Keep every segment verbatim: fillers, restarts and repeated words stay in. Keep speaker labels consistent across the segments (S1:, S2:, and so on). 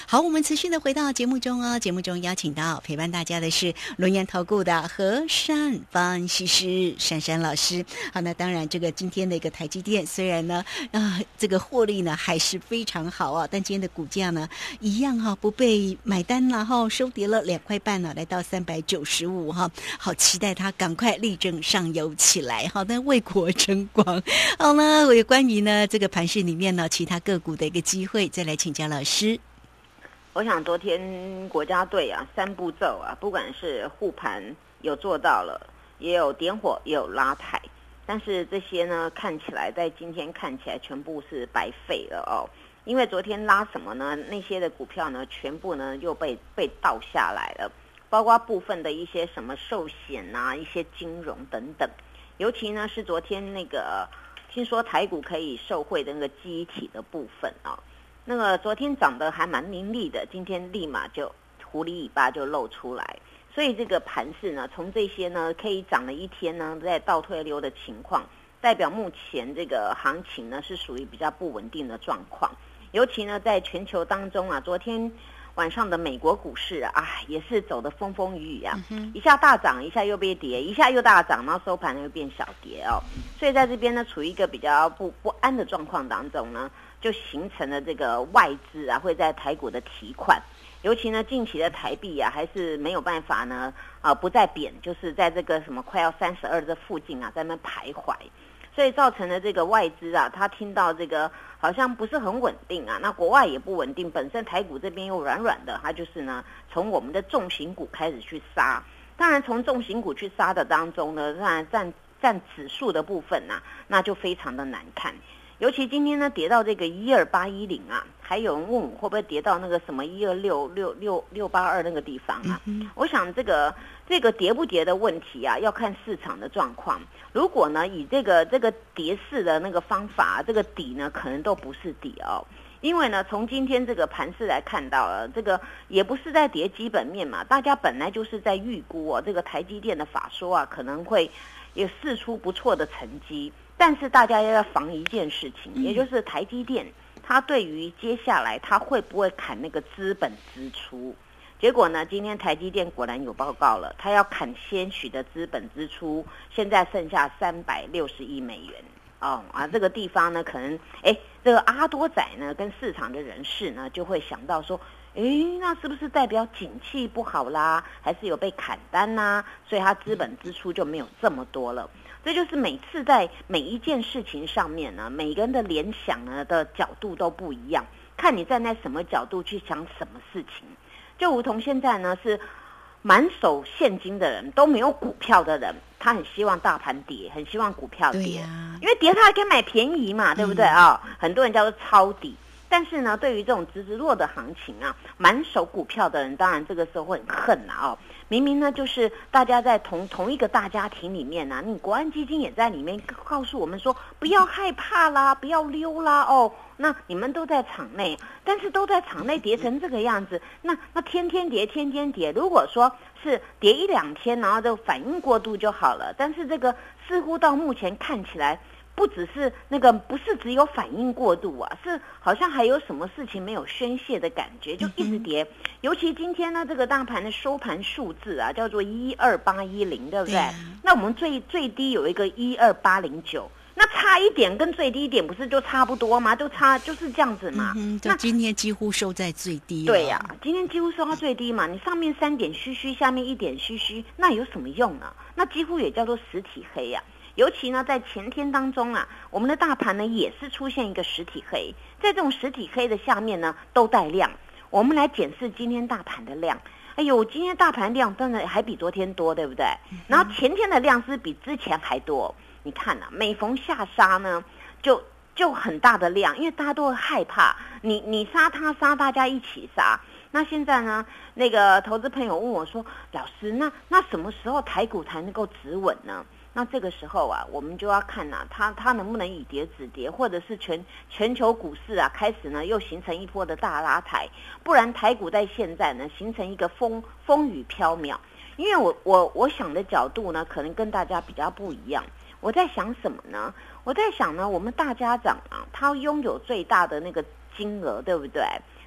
S1: 好，我们持续的回到节目中哦。节目中邀请到陪伴大家的是轮研投顾的和善分析师珊珊老师。好，那当然这个今天的一个台积电虽然呢啊、呃、这个获利呢还是非常好啊，但今天的股价呢一样哈、啊、不被买单，然后收跌了两块半呢、啊，来到三百九十五哈。好，期待它赶快力争上游起来。好，那为国争光。好呢，我有关于呢这个盘势里面呢其他个股的一个机会，再来请教老师。
S2: 我想昨天国家队啊三步骤啊，不管是护盘有做到了，也有点火，也有拉抬，但是这些呢看起来在今天看起来全部是白费了哦。因为昨天拉什么呢？那些的股票呢全部呢又被被倒下来了，包括部分的一些什么寿险啊，一些金融等等。尤其呢是昨天那个听说台股可以受惠的那个记忆体的部分啊。那个昨天涨得还蛮凌厉的，今天立马就狐狸尾巴就露出来，所以这个盘势呢，从这些呢可以涨了一天呢，在倒退流的情况，代表目前这个行情呢是属于比较不稳定的状况。尤其呢在全球当中啊，昨天晚上的美国股市啊，啊也是走得风风雨雨啊，嗯、一下大涨，一下又被跌，一下又大涨，然后收盘又变小跌哦。所以在这边呢，处于一个比较不不安的状况当中呢。就形成了这个外资啊会在台股的提款，尤其呢近期的台币啊还是没有办法呢啊不再贬，就是在这个什么快要三十二这附近啊在那边徘徊，所以造成了这个外资啊他听到这个好像不是很稳定啊，那国外也不稳定，本身台股这边又软软的，他就是呢从我们的重型股开始去杀，当然从重型股去杀的当中呢，当然占占指数的部分啊那就非常的难看。尤其今天呢跌到这个一二八一零啊，还有人问我会不会跌到那个什么一二六六六六八二那个地方啊？嗯、我想这个这个跌不跌的问题啊，要看市场的状况。如果呢以这个这个跌势的那个方法，这个底呢可能都不是底哦。因为呢从今天这个盘势来看到了，这个也不是在跌基本面嘛，大家本来就是在预估哦，这个台积电的法说啊可能会也释出不错的成绩。但是大家要防一件事情，也就是台积电它对于接下来它会不会砍那个资本支出。结果呢今天台积电果然有报告了，它要砍些许的资本支出，现在剩下三百六十亿美元哦啊，这个地方呢可能哎这个阿多仔呢跟市场的人士呢就会想到说，诶，那是不是代表景气不好啦，还是有被砍单啦，所以它资本支出就没有这么多了。这就是每次在每一件事情上面呢，每个人的联想呢的角度都不一样，看你站在什么角度去想什么事情。就如同现在呢是满手现金的人都没有股票的人，他很希望大盘跌，很希望股票跌，啊、因为跌他还可以买便宜嘛，对不对啊、嗯哦？很多人叫做抄底。但是呢，对于这种直直弱的行情啊，满手股票的人，当然这个时候会很恨啊哦。明明呢，就是大家在同同一个大家庭里面啊，你国安基金也在里面告诉我们说，不要害怕啦，不要溜啦哦。那你们都在场内，但是都在场内跌成这个样子，那那天天跌，天天跌。如果说是跌一两天，然后就反应过度就好了。但是这个似乎到目前看起来。不只是那个，不是只有反应过度啊，是好像还有什么事情没有宣泄的感觉，就一直跌。嗯、尤其今天呢，这个大盘的收盘数字啊，叫做一二八一零，对不对？对啊、那我们最最低有一个一二八零九，那差一点跟最低点不是就差不多吗？就差就是这样子嘛。
S1: 嗯，那今天几乎收在最低了。
S2: 对呀、啊，今天几乎收到最低嘛。你上面三点虚虚，下面一点虚虚，那有什么用呢？那几乎也叫做实体黑呀、啊。尤其呢，在前天当中啊，我们的大盘呢也是出现一个实体黑，在这种实体黑的下面呢都带量。我们来检视今天大盘的量，哎呦，今天大盘量真的还比昨天多，对不对？嗯、然后前天的量是比之前还多。你看啊，每逢下杀呢，就就很大的量，因为大家都会害怕，你你杀他杀，大家一起杀。那现在呢，那个投资朋友问我说，老师，那那什么时候台股才能够止稳呢？那这个时候啊，我们就要看啊，它它能不能以跌止跌，或者是全全球股市啊开始呢又形成一波的大拉抬，不然台股在现在呢形成一个风风雨飘渺。因为我我我想的角度呢，可能跟大家比较不一样。我在想什么呢？我在想呢，我们大家长啊，他拥有最大的那个金额，对不对？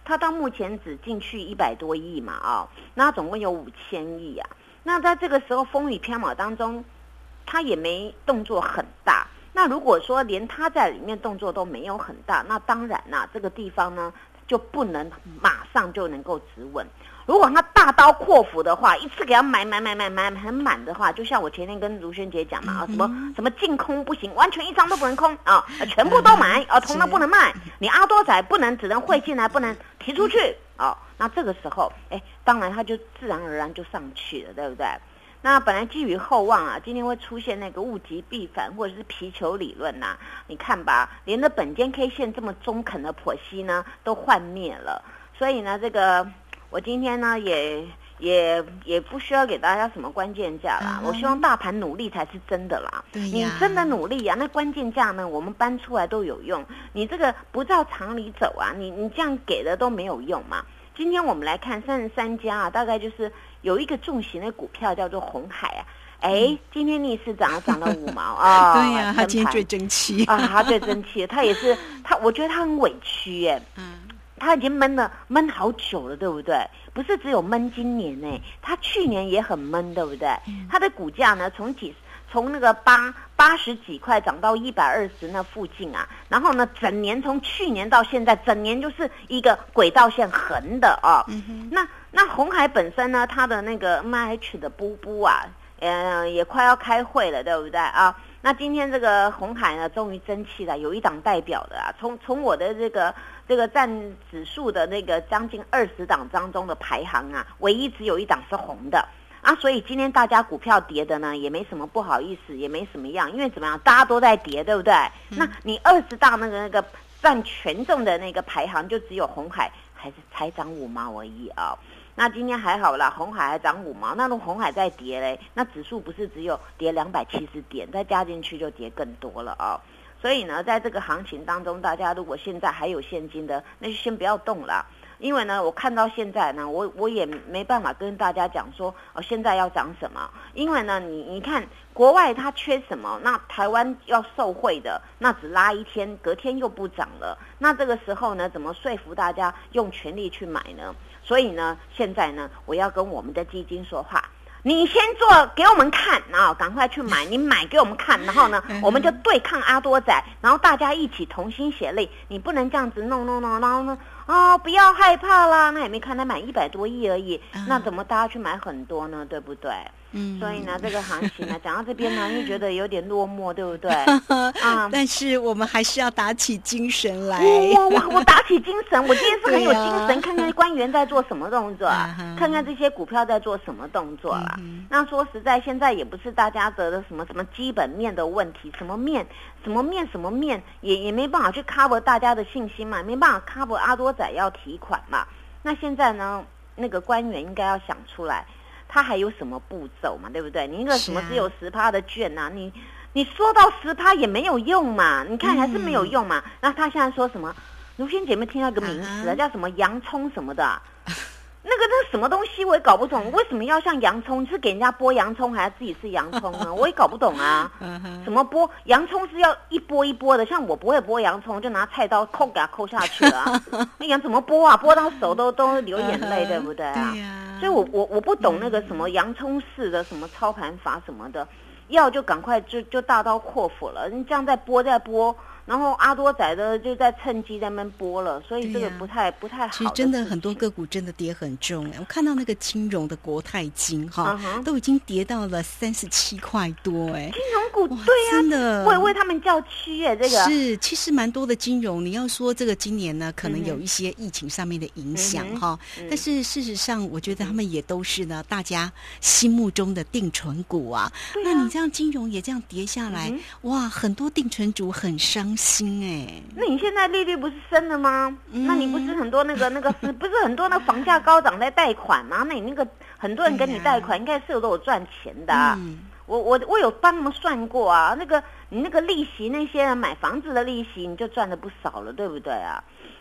S2: 它到目前只进去一百多亿嘛啊、哦，那总共有五千亿啊。那在这个时候风雨飘渺当中，它也没动作很大。那如果说连它在里面动作都没有很大，那当然啦、啊，这个地方呢就不能马上就能够止稳。如果他大刀阔斧的话，一次给他买买买买买很满的话，就像我前天跟卢萱姐讲嘛，啊，什么什么净空不行，完全一张都不能空啊，全部都买啊，通通不能卖。你阿多仔不能，只能汇进来，不能提出去啊。那这个时候，哎，当然他就自然而然就上去了，对不对？那本来寄予厚望啊，今天会出现那个物极必反或者是皮球理论呐、啊，你看吧，连着本间 K 线这么中肯的剖析呢，都幻灭了。所以呢，这个。我今天呢也也也不需要给大家什么关键价啦， uh-huh. 我希望大盘努力才是真的啦。
S1: 对呀，
S2: 你真的努力啊，那关键价呢我们搬出来都有用。你这个不照常理走啊，你你这样给的都没有用嘛。今天我们来看三十三家啊，大概就是有一个重型的股票叫做鸿海啊。哎，今天逆势涨，涨了五毛啊！
S1: 对呀、啊，他今天最争气
S2: 啊，他最争气，他也是他，我觉得他很委屈耶。嗯。他已经闷了闷好久了，对不对？不是只有闷今年呢，他去年也很闷，对不对？他的股价呢，从几从那个八八十几块涨到一百二十那附近啊，然后呢，整年从去年到现在，整年就是一个轨道线横的哦。嗯、那那鸿海本身呢，它的那个 M H 的布布啊，呃，也快要开会了，对不对啊？那今天这个鸿海呢，终于争气了，有一档代表的啊，从从我的这个这个占指数的那个将近二十档当中的排行啊，唯一只有一档是红的啊，所以今天大家股票跌的呢，也没什么不好意思，也没什么样，因为怎么样，大家都在跌，对不对？嗯、那你二十档那个那个占权重的那个排行，就只有鸿海还是才涨五毛而已啊。那今天还好啦，鸿海还涨五毛，那如果鸿海再跌嘞，那指数不是只有跌两百七十点，再加进去就跌更多了啊、哦。所以呢，在这个行情当中，大家如果现在还有现金的，那就先不要动了。因为呢，我看到现在呢，我我也没办法跟大家讲说哦，现在要涨什么。因为呢，你你看国外它缺什么，那台湾要受惠的，那只拉一天，隔天又不涨了。那这个时候呢，怎么说服大家用全力去买呢？所以呢，现在呢，我要跟我们的基金说话。你先做给我们看，然后赶快去买，你买给我们看，然后呢，我们就对抗阿多仔，然后大家一起同心协力。你不能这样子弄弄弄，然后呢，哦，不要害怕啦，那也没看他买一百多亿而已，那怎么大家去买很多呢？对不对？嗯，所以呢，这个行情呢，讲到这边呢，又觉得有点落寞，对不对？
S1: 啊、嗯，但是我们还是要打起精神来。
S2: 我我我打起精神，我今天是很有精神，啊、看看官员在做什么动作、啊，看看这些股票在做什么动作啦、啊嗯。那说实在，现在也不是大家得的什么什么基本面的问题，什么面什么面什么面，也也没办法去 cover 大家的信心嘛，没办法 cover 阿多仔要提款嘛。那现在呢，那个官员应该要想出来。他还有什么步骤嘛？对不对？你那个什么只有十趴的券啊，你你说到十趴也没有用嘛？你看还是没有用嘛？嗯、那他现在说什么？卢萱姐妹听到一个名词啊，叫什么洋葱什么的、啊，那个那什么东西我也搞不懂，为什么要像洋葱？是给人家剥洋葱，还是自己是洋葱呢？我也搞不懂啊。什么剥洋葱是要一剥一剥的，像我不会剥洋葱，就拿菜刀抠给它抠下去了、啊。那洋怎么剥啊？剥到手都都流眼泪，对不对啊？对呀。所以我我我不懂那个什么洋葱式的什么操盘法什么的，要就赶快就就大刀阔斧了。你这样再剥再剥。然后阿多仔的就在趁机在那边播了，所以这个不太、啊、不太好。
S1: 其实真的很多个股真的跌很重，我看到那个金融的国泰金哈、uh-huh. 都已经跌到了三十七块多哎。
S2: 金融股对呀、啊，
S1: 真的
S2: 为为他们叫屈哎，这个
S1: 是其实蛮多的金融。你要说这个今年呢，可能有一些疫情上面的影响哈、嗯，但是事实上我觉得他们也都是呢大家心目中的定存股啊。啊那你这样金融也这样跌下来，嗯、哇，很多定存族很伤。心哎，
S2: 那你现在利率不是升了吗？嗯、那你不是很多那个那个不是很多那房价高涨在贷款吗？那你那个很多人跟你贷款，应该是有都有赚钱的、啊。嗯、我我我有帮他们算过啊，那个你那个利息那些人买房子的利息，你就赚了不少了，对不对啊？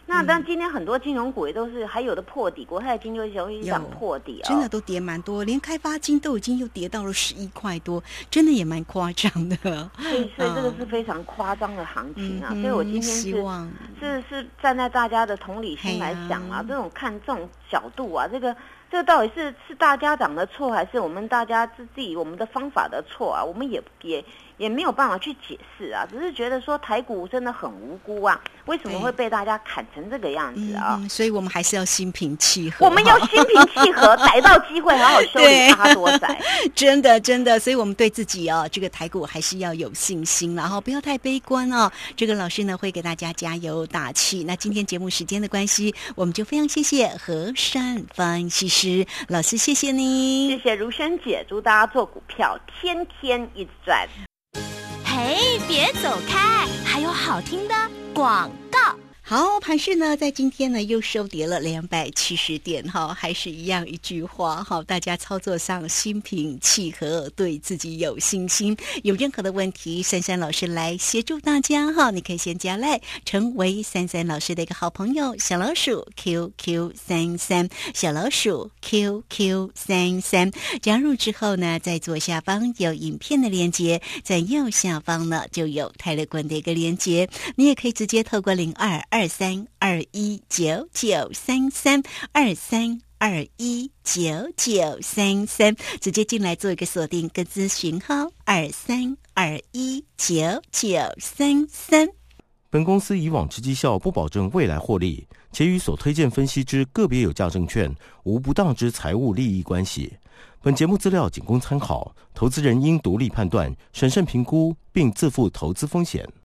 S2: 那但今天很多金融股也都是还有的破底，国泰金就容易涨破底
S1: 哦，真的都跌蛮多，连开发金都已经又跌到了十一块多，真的也蛮夸张的。
S2: 所以，所以这个是非常夸张的行情啊！嗯、所以我今天是
S1: 希望
S2: 是是站在大家的同理心来想啊，这种看这种角度啊，这个。这个到底是是大家长的错，还是我们大家自己我们的方法的错啊？我们也也也没有办法去解释啊，只是觉得说台股真的很无辜啊，为什么会被大家砍成这个样子啊？
S1: 嗯嗯、所以我们还是要心平气和，
S2: 我们要心平气和，逮到机会好好修理阿多仔。
S1: 真的真的，所以我们对自己哦，这个台股还是要有信心，然后不要太悲观哦。这个老师呢会给大家加油打气。那今天节目时间的关系，我们就非常谢谢和善分析师。老师，谢谢你，
S2: 谢谢如萱姐，祝大家做股票天天一直赚。
S3: 嘿，别走开，还有好听的广告。
S1: 好，盘势呢在今天呢又收跌了两百七十点哈，还是一样一句话哈，大家操作上心平气和，对自己有信心。有任何的问题，珊珊老师来协助大家哈，你可以先加赖，成为珊珊老师的一个好朋友，小老鼠 Q Q 三三，小老鼠 Q Q 三三，加入之后呢，在左下方有影片的连结，在右下方呢就有泰勒管的一个连结，你也可以直接透过零二二三二一九九三三二三二一九九三三，直接进来做一个锁定跟咨询哈，二三二一九九三三。
S4: 本公司以往之绩效不保证未来获利，且与所推荐分析之个别有价证券无不当之财务利益关系。本节目资料仅供参考，投资人应独立判断、审慎评估，并自负投资风险。